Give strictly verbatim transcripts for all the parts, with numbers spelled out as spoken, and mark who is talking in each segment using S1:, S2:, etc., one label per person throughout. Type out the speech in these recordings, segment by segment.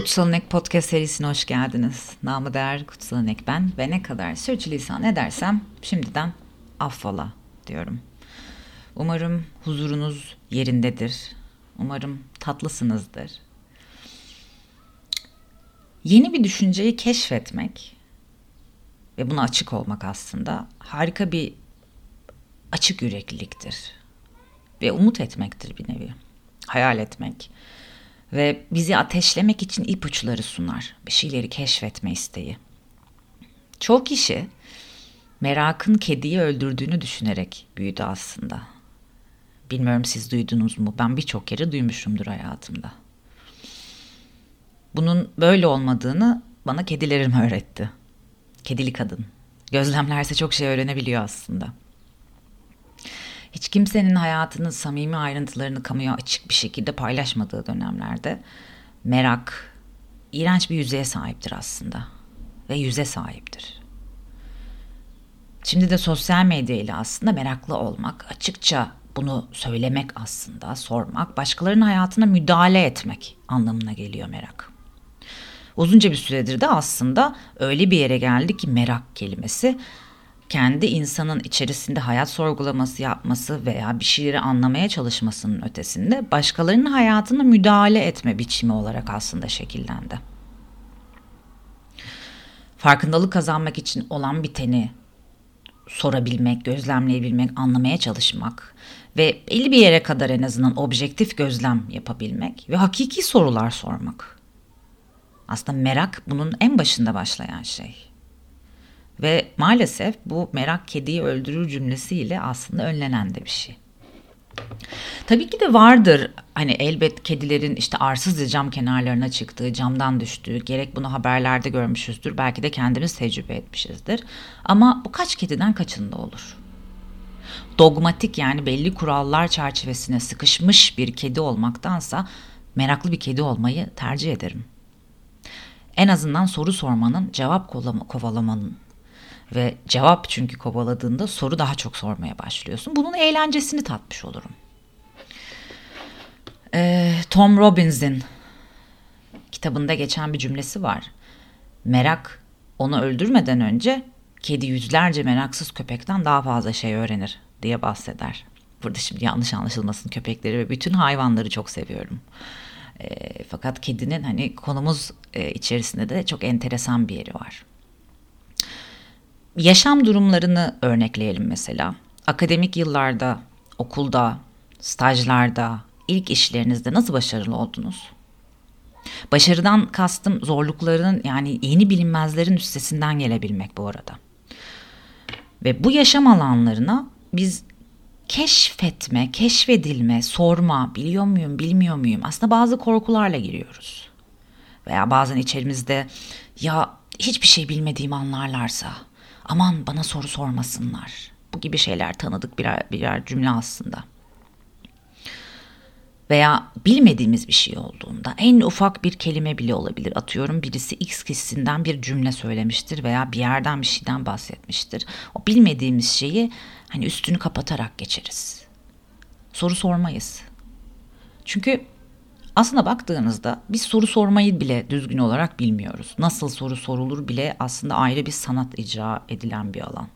S1: Kutsal İnek Podcast serisine hoş geldiniz. Namı değer Kutsal İnek ben ve ne kadar sürçülisan edersem şimdiden affola diyorum. Umarım huzurunuz yerindedir. Umarım tatlısınızdır. Yeni bir düşünceyi keşfetmek ve buna açık olmak aslında harika bir açık yürekliliktir. Ve umut etmektir bir nevi. Hayal etmek. Ve bizi ateşlemek için ipuçları sunar. Bir şeyleri keşfetme isteği. Çoğu kişi merakın kediyi öldürdüğünü düşünerek büyüdü aslında. Bilmiyorum siz duydunuz mu? Ben birçok kere duymuşumdur hayatımda. Bunun böyle olmadığını bana kedilerim öğretti. Kedili kadın. Gözlemlerse çok şey öğrenebiliyor aslında. Hiç kimsenin hayatının samimi ayrıntılarını kamuya açık bir şekilde paylaşmadığı dönemlerde merak iğrenç bir yüzeye sahiptir aslında ve yüze sahiptir. Şimdi de sosyal medya ile aslında meraklı olmak, açıkça bunu söylemek aslında, sormak, başkalarının hayatına müdahale etmek anlamına geliyor merak. Uzunca bir süredir de aslında öyle bir yere geldi ki merak kelimesi kendi insanın içerisinde hayat sorgulaması yapması veya bir şeyleri anlamaya çalışmasının ötesinde başkalarının hayatına müdahale etme biçimi olarak aslında şekillendi. Farkındalık kazanmak için olan biteni sorabilmek, gözlemleyebilmek, anlamaya çalışmak ve belli bir yere kadar en azından objektif gözlem yapabilmek ve hakiki sorular sormak. Aslında merak bunun en başında başlayan şey. Ve maalesef bu merak kediyi öldürür cümlesiyle aslında önlenen de bir şey. Tabii ki de vardır hani elbet kedilerin işte arsızca cam kenarlarına çıktığı, camdan düştüğü, gerek bunu haberlerde görmüşüzdür, belki de kendimiz tecrübe etmişizdir. Ama bu kaç kediden kaçında olur? Dogmatik yani belli kurallar çerçevesine sıkışmış bir kedi olmaktansa meraklı bir kedi olmayı tercih ederim. En azından soru sormanın, cevap kovalamanın ve cevap çünkü kovaladığında soru daha çok sormaya başlıyorsun. Bunun eğlencesini tatmış olurum. Ee, Tom Robbins'in kitabında geçen bir cümlesi var. Merak onu öldürmeden önce kedi yüzlerce meraksız köpekten daha fazla şey öğrenir diye bahseder. Burada şimdi yanlış anlaşılmasın, köpekleri ve bütün hayvanları çok seviyorum. E, fakat kedinin hani konumuz e, içerisinde de çok enteresan bir yeri var. Yaşam durumlarını örnekleyelim mesela. Akademik yıllarda, okulda, stajlarda, ilk işlerinizde nasıl başarılı oldunuz? Başarıdan kastım zorlukların yani yeni bilinmezlerin üstesinden gelebilmek bu arada. Ve bu yaşam alanlarına biz keşfetme, keşfedilme, sorma, biliyor muyum, bilmiyor muyum? Aslında bazı korkularla giriyoruz. Veya bazen içerimizde ya hiçbir şey bilmediğimi anlarlarsa, aman bana soru sormasınlar. Bu gibi şeyler tanıdık birer, birer cümle aslında. Veya bilmediğimiz bir şey olduğunda en ufak bir kelime bile olabilir. Atıyorum birisi X kişisinden bir cümle söylemiştir veya bir yerden bir şeyden bahsetmiştir. O bilmediğimiz şeyi hani üstünü kapatarak geçeriz. Soru sormayız. Çünkü aslında baktığınızda biz soru sormayı bile düzgün olarak bilmiyoruz. Nasıl soru sorulur bile aslında ayrı bir sanat icra edilen bir alan.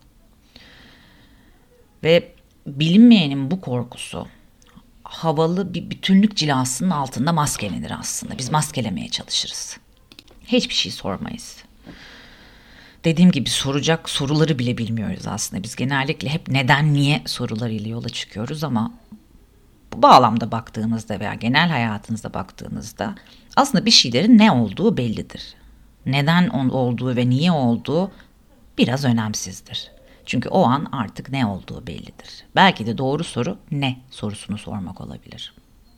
S1: Ve bilinmeyenin bu korkusu havalı bir bütünlük cilasının altında maskelenir aslında. Biz maskelemeye çalışırız. Hiçbir şey sormayız. Dediğim gibi soracak soruları bile bilmiyoruz aslında. Biz genellikle hep neden, niye sorularıyla yola çıkıyoruz ama bu bağlamda baktığımızda veya genel hayatınızda baktığınızda aslında bir şeylerin ne olduğu bellidir. Neden olduğu ve niye olduğu biraz önemsizdir. Çünkü o an artık ne olduğu bellidir. Belki de doğru soru ne sorusunu sormak olabilir.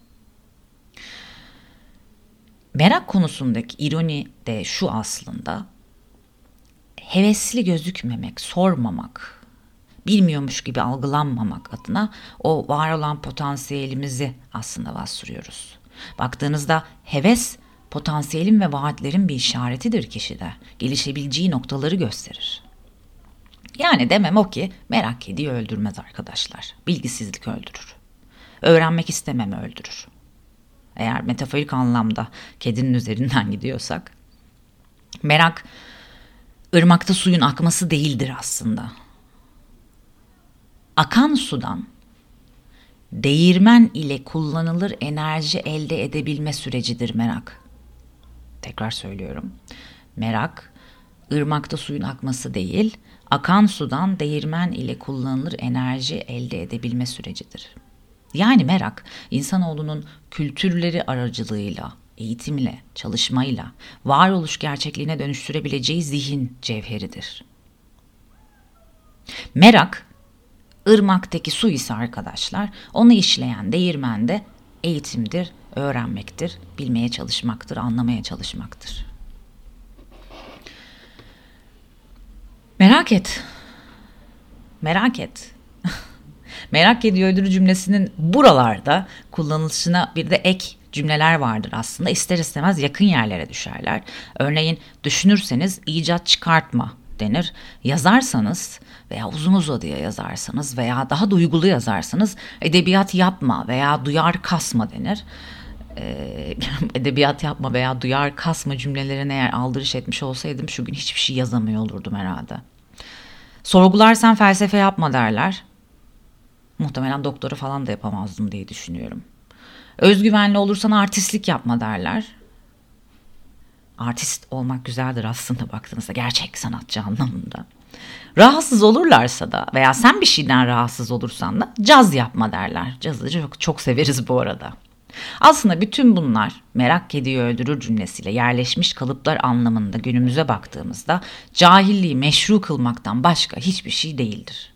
S1: Merak konusundaki ironi de şu aslında. Hevesli gözükmemek, sormamak, bilmiyormuş gibi algılanmamak adına o var olan potansiyelimizi aslında bastırıyoruz. Baktığınızda heves potansiyelin ve vaatlerin bir işaretidir kişide. Gelişebileceği noktaları gösterir. Yani demem o ki merak kediyi öldürmez arkadaşlar. Bilgisizlik öldürür. Öğrenmek istemem öldürür. Eğer metaforik anlamda kedinin üzerinden gidiyorsak. Merak, ırmakta suyun akması değildir aslında. Akan sudan değirmen ile kullanılır enerji elde edebilme sürecidir merak. Tekrar söylüyorum. Merak, ırmakta suyun akması değil, akan sudan değirmen ile kullanılır enerji elde edebilme sürecidir. Yani merak, insanoğlunun kültürleri aracılığıyla, eğitimle, çalışmayla varoluş gerçekliğine dönüştürebileceği zihin cevheridir. Merak, ırmaktaki su ise arkadaşlar, onu işleyen değirmende eğitimdir, öğrenmektir, bilmeye çalışmaktır, anlamaya çalışmaktır. Merak et. Merak et. Merak ediyor öldürü cümlesinin buralarda kullanılışına bir de ek cümleler vardır aslında. İster istemez yakın yerlere düşerler. Örneğin düşünürseniz icat çıkartma denir. Yazarsanız veya uzun uzadıya yazarsanız veya daha duygulu yazarsanız edebiyat yapma veya duyar kasma denir. Ee, edebiyat yapma veya duyar kasma cümlelerine eğer aldırış etmiş olsaydım şu gün hiçbir şey yazamıyor olurdum herhalde. Sorgularsan felsefe yapma derler. Muhtemelen doktora falan da yapamazdım diye düşünüyorum. Özgüvenli olursan artistlik yapma derler. Artist olmak güzeldir aslında baktığınızda, gerçek sanatçı anlamında. Rahatsız olurlarsa da veya sen bir şeyden rahatsız olursan da caz yapma derler. Cazı çok, çok severiz bu arada. Aslında bütün bunlar merak kediyi öldürür cümlesiyle yerleşmiş kalıplar anlamında günümüze baktığımızda cahilliği meşru kılmaktan başka hiçbir şey değildir.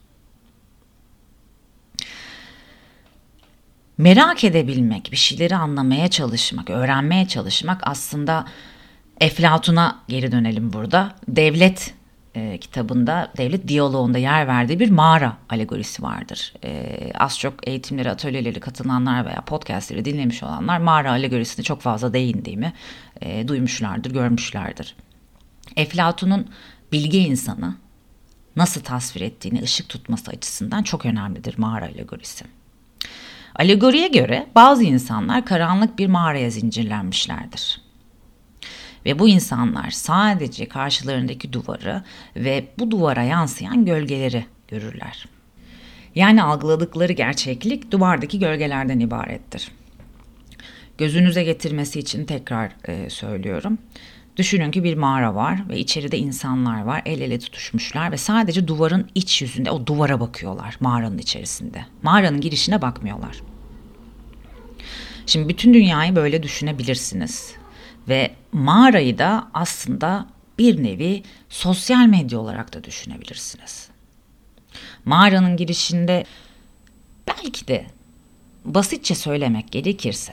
S1: Merak edebilmek, bir şeyleri anlamaya çalışmak, öğrenmeye çalışmak aslında Eflatun'a geri dönelim burada. Devlet e, kitabında, devlet diyaloğunda yer verdiği bir mağara alegorisi vardır. E, az çok eğitimleri, atölyeleri katılanlar veya podcastleri dinlemiş olanlar mağara alegorisine çok fazla değindiğimi e, duymuşlardır, görmüşlerdir. Eflatun'un bilge insanı nasıl tasvir ettiğini ışık tutması açısından çok önemlidir mağara alegorisi. Alegoriye göre bazı insanlar karanlık bir mağaraya zincirlenmişlerdir. Ve bu insanlar sadece karşılarındaki duvarı ve bu duvara yansıyan gölgeleri görürler. Yani algıladıkları gerçeklik duvardaki gölgelerden ibarettir. Gözünüze getirmesi için tekrar e, söylüyorum. Düşünün ki bir mağara var ve içeride insanlar var, el ele tutuşmuşlar ve sadece duvarın iç yüzünde o duvara bakıyorlar mağaranın içerisinde. Mağaranın girişine bakmıyorlar. Şimdi bütün dünyayı böyle düşünebilirsiniz. Ve mağarayı da aslında bir nevi sosyal medya olarak da düşünebilirsiniz. Mağaranın girişinde belki de basitçe söylemek gerekirse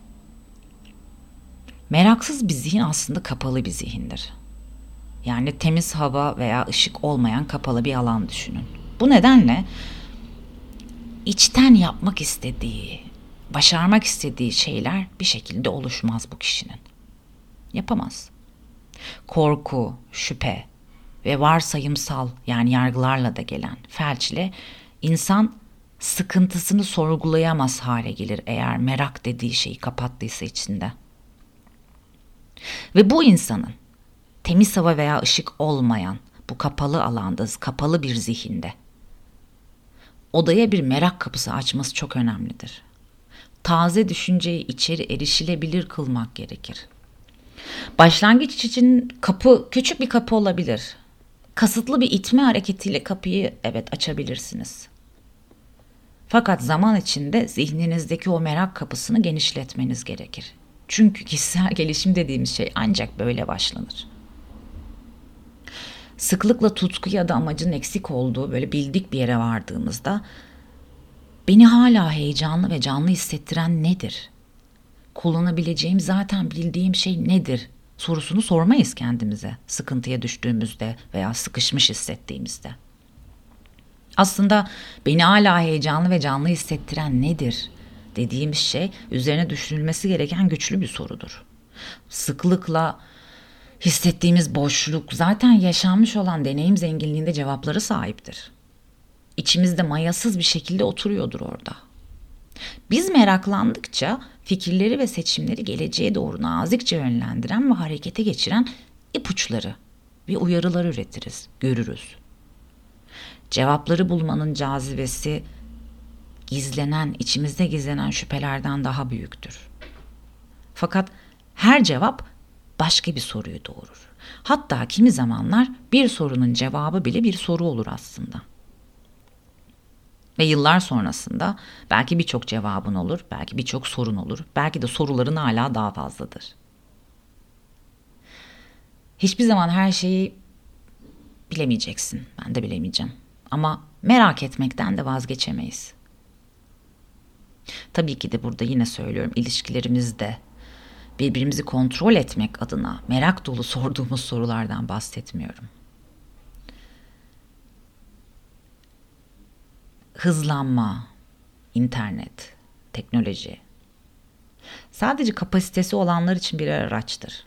S1: meraksız bir zihin aslında kapalı bir zihindir. Yani temiz hava veya ışık olmayan kapalı bir alan düşünün. Bu nedenle içten yapmak istediği, başarmak istediği şeyler bir şekilde oluşmaz bu kişinin. Yapamaz. Korku, şüphe ve varsayımsal yani yargılarla da gelen felçle insan sıkıntısını sorgulayamaz hale gelir eğer merak dediği şeyi kapattıysa içinde. Ve bu insanın temiz hava veya ışık olmayan bu kapalı alanda, kapalı bir zihinde odaya bir merak kapısı açması çok önemlidir. Taze düşünceyi içeri erişilebilir kılmak gerekir. Başlangıç için kapı küçük bir kapı olabilir. Kasıtlı bir itme hareketiyle kapıyı evet açabilirsiniz. Fakat zaman içinde zihninizdeki o merak kapısını genişletmeniz gerekir. Çünkü kişisel gelişim dediğimiz şey ancak böyle başlanır. Sıklıkla tutku ya da amacın eksik olduğu böyle bildik bir yere vardığımızda beni hala heyecanlı ve canlı hissettiren nedir? Kullanabileceğim zaten bildiğim şey nedir sorusunu sormayız kendimize sıkıntıya düştüğümüzde veya sıkışmış hissettiğimizde. Aslında beni hala heyecanlı ve canlı hissettiren nedir dediğimiz şey üzerine düşünülmesi gereken güçlü bir sorudur. Sıklıkla hissettiğimiz boşluk zaten yaşanmış olan deneyim zenginliğinde cevapları sahiptir. İçimizde mayasız bir şekilde oturuyordur orada. Biz meraklandıkça fikirleri ve seçimleri geleceğe doğru nazikçe yönlendiren ve harekete geçiren ipuçları ve uyarılar üretiriz, görürüz. Cevapları bulmanın cazibesi gizlenen, içimizde gizlenen şüphelerden daha büyüktür. Fakat her cevap başka bir soruyu doğurur. Hatta kimi zamanlar bir sorunun cevabı bile bir soru olur aslında. Ve yıllar sonrasında belki birçok cevabın olur, belki birçok sorun olur, belki de soruların hala daha fazladır. Hiçbir zaman her şeyi bilemeyeceksin, ben de bilemeyeceğim. Ama merak etmekten de vazgeçemeyiz. Tabii ki de burada yine söylüyorum, ilişkilerimizde birbirimizi kontrol etmek adına merak dolu sorduğumuz sorulardan bahsetmiyorum. Hızlanma, internet, teknoloji sadece kapasitesi olanlar için birer araçtır.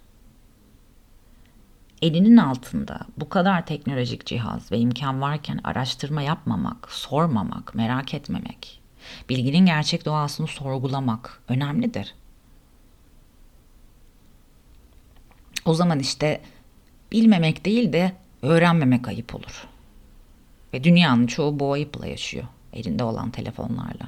S1: Elinin altında bu kadar teknolojik cihaz ve imkan varken araştırma yapmamak, sormamak, merak etmemek, bilginin gerçek doğasını sorgulamak önemlidir. O zaman işte bilmemek değil de öğrenmemek ayıp olur. Ve dünyanın çoğu bu ayıpla yaşıyor, elinde olan telefonlarla.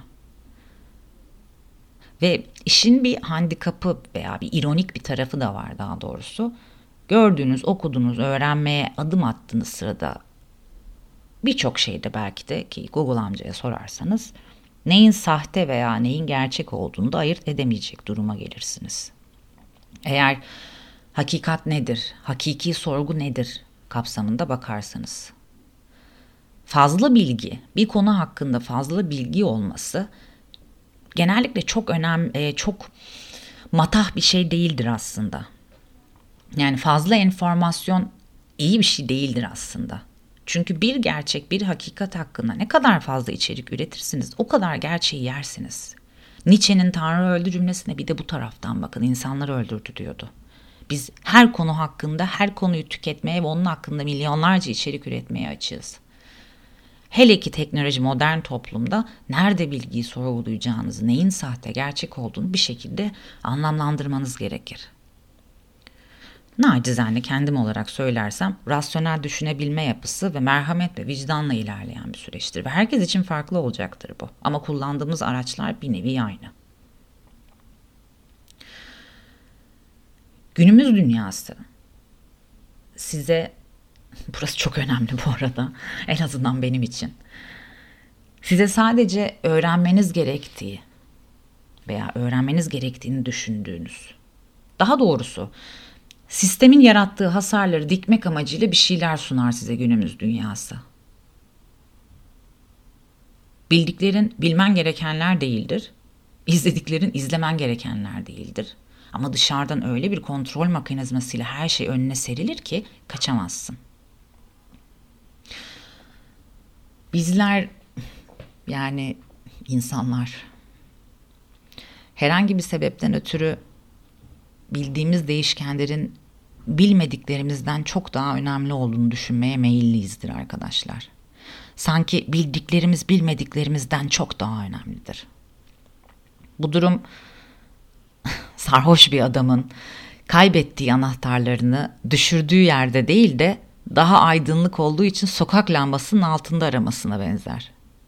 S1: Ve işin bir handikapı veya bir ironik bir tarafı da var daha doğrusu. Gördüğünüz, okuduğunuz, öğrenmeye adım attığınız sırada birçok şeyde belki de ki Google amcaya sorarsanız neyin sahte veya neyin gerçek olduğunu da ayırt edemeyecek duruma gelirsiniz. Eğer hakikat nedir, hakiki sorgu nedir kapsamında bakarsanız. Fazla bilgi, bir konu hakkında fazla bilgi olması genellikle çok önemli, çok matah bir şey değildir aslında. Yani fazla enformasyon iyi bir şey değildir aslında. Çünkü bir gerçek, bir hakikat hakkında ne kadar fazla içerik üretirsiniz, o kadar gerçeği yersiniz. Nietzsche'nin Tanrı öldü cümlesine bir de bu taraftan bakın, insanları öldürdü diyordu. Biz her konu hakkında, her konuyu tüketmeye ve onun hakkında milyonlarca içerik üretmeye açığız. Hele ki teknoloji modern toplumda nerede bilgiyi sorgulayacağınızı, neyin sahte, gerçek olduğunu bir şekilde anlamlandırmanız gerekir. Nacizane kendim olarak söylersem rasyonel düşünebilme yapısı ve merhamet ve vicdanla ilerleyen bir süreçtir. Ve herkes için farklı olacaktır bu. Ama kullandığımız araçlar bir nevi aynı. Günümüz dünyası size, burası çok önemli bu arada, en azından benim için. Size sadece öğrenmeniz gerektiği veya öğrenmeniz gerektiğini düşündüğünüz, daha doğrusu sistemin yarattığı hasarları dikmek amacıyla bir şeyler sunar size günümüz dünyası. Bildiklerin bilmen gerekenler değildir. İzlediklerin izlemen gerekenler değildir. Ama dışarıdan öyle bir kontrol mekanizmasıyla her şey önüne serilir ki kaçamazsın. Bizler, yani insanlar, herhangi bir sebepten ötürü bildiğimiz değişkenlerin bilmediklerimizden çok daha önemli olduğunu düşünmeye meyilliyizdir arkadaşlar. Sanki bildiklerimiz bilmediklerimizden çok daha önemlidir. Bu durum sarhoş bir adamın kaybettiği anahtarlarını düşürdüğü yerde değil de daha aydınlık olduğu için sokak lambasının altında aramasına benzer.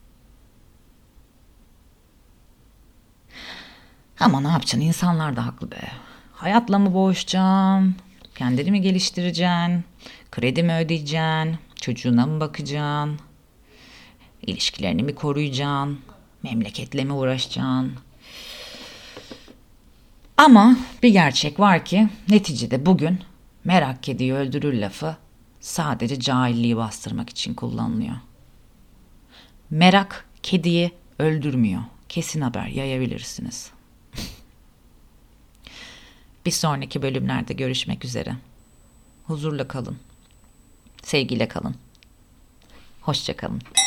S1: Ama ne yapacaksın? İnsanlar da haklı be. Hayatla mı boğuşacaksın? Kendini mi geliştireceksin? Kredi mi ödeyeceksin? Çocuğuna mı bakacaksın? İlişkilerini mi koruyacaksın? Memleketle mi uğraşacaksın? Ama bir gerçek var ki neticede bugün merak kediyi öldürür lafı sadece cahilliği bastırmak için kullanılıyor. Merak kediyi öldürmüyor. Kesin haber yayabilirsiniz. Bir sonraki bölümlerde görüşmek üzere. Huzurla kalın. Sevgiyle kalın. Hoşça kalın.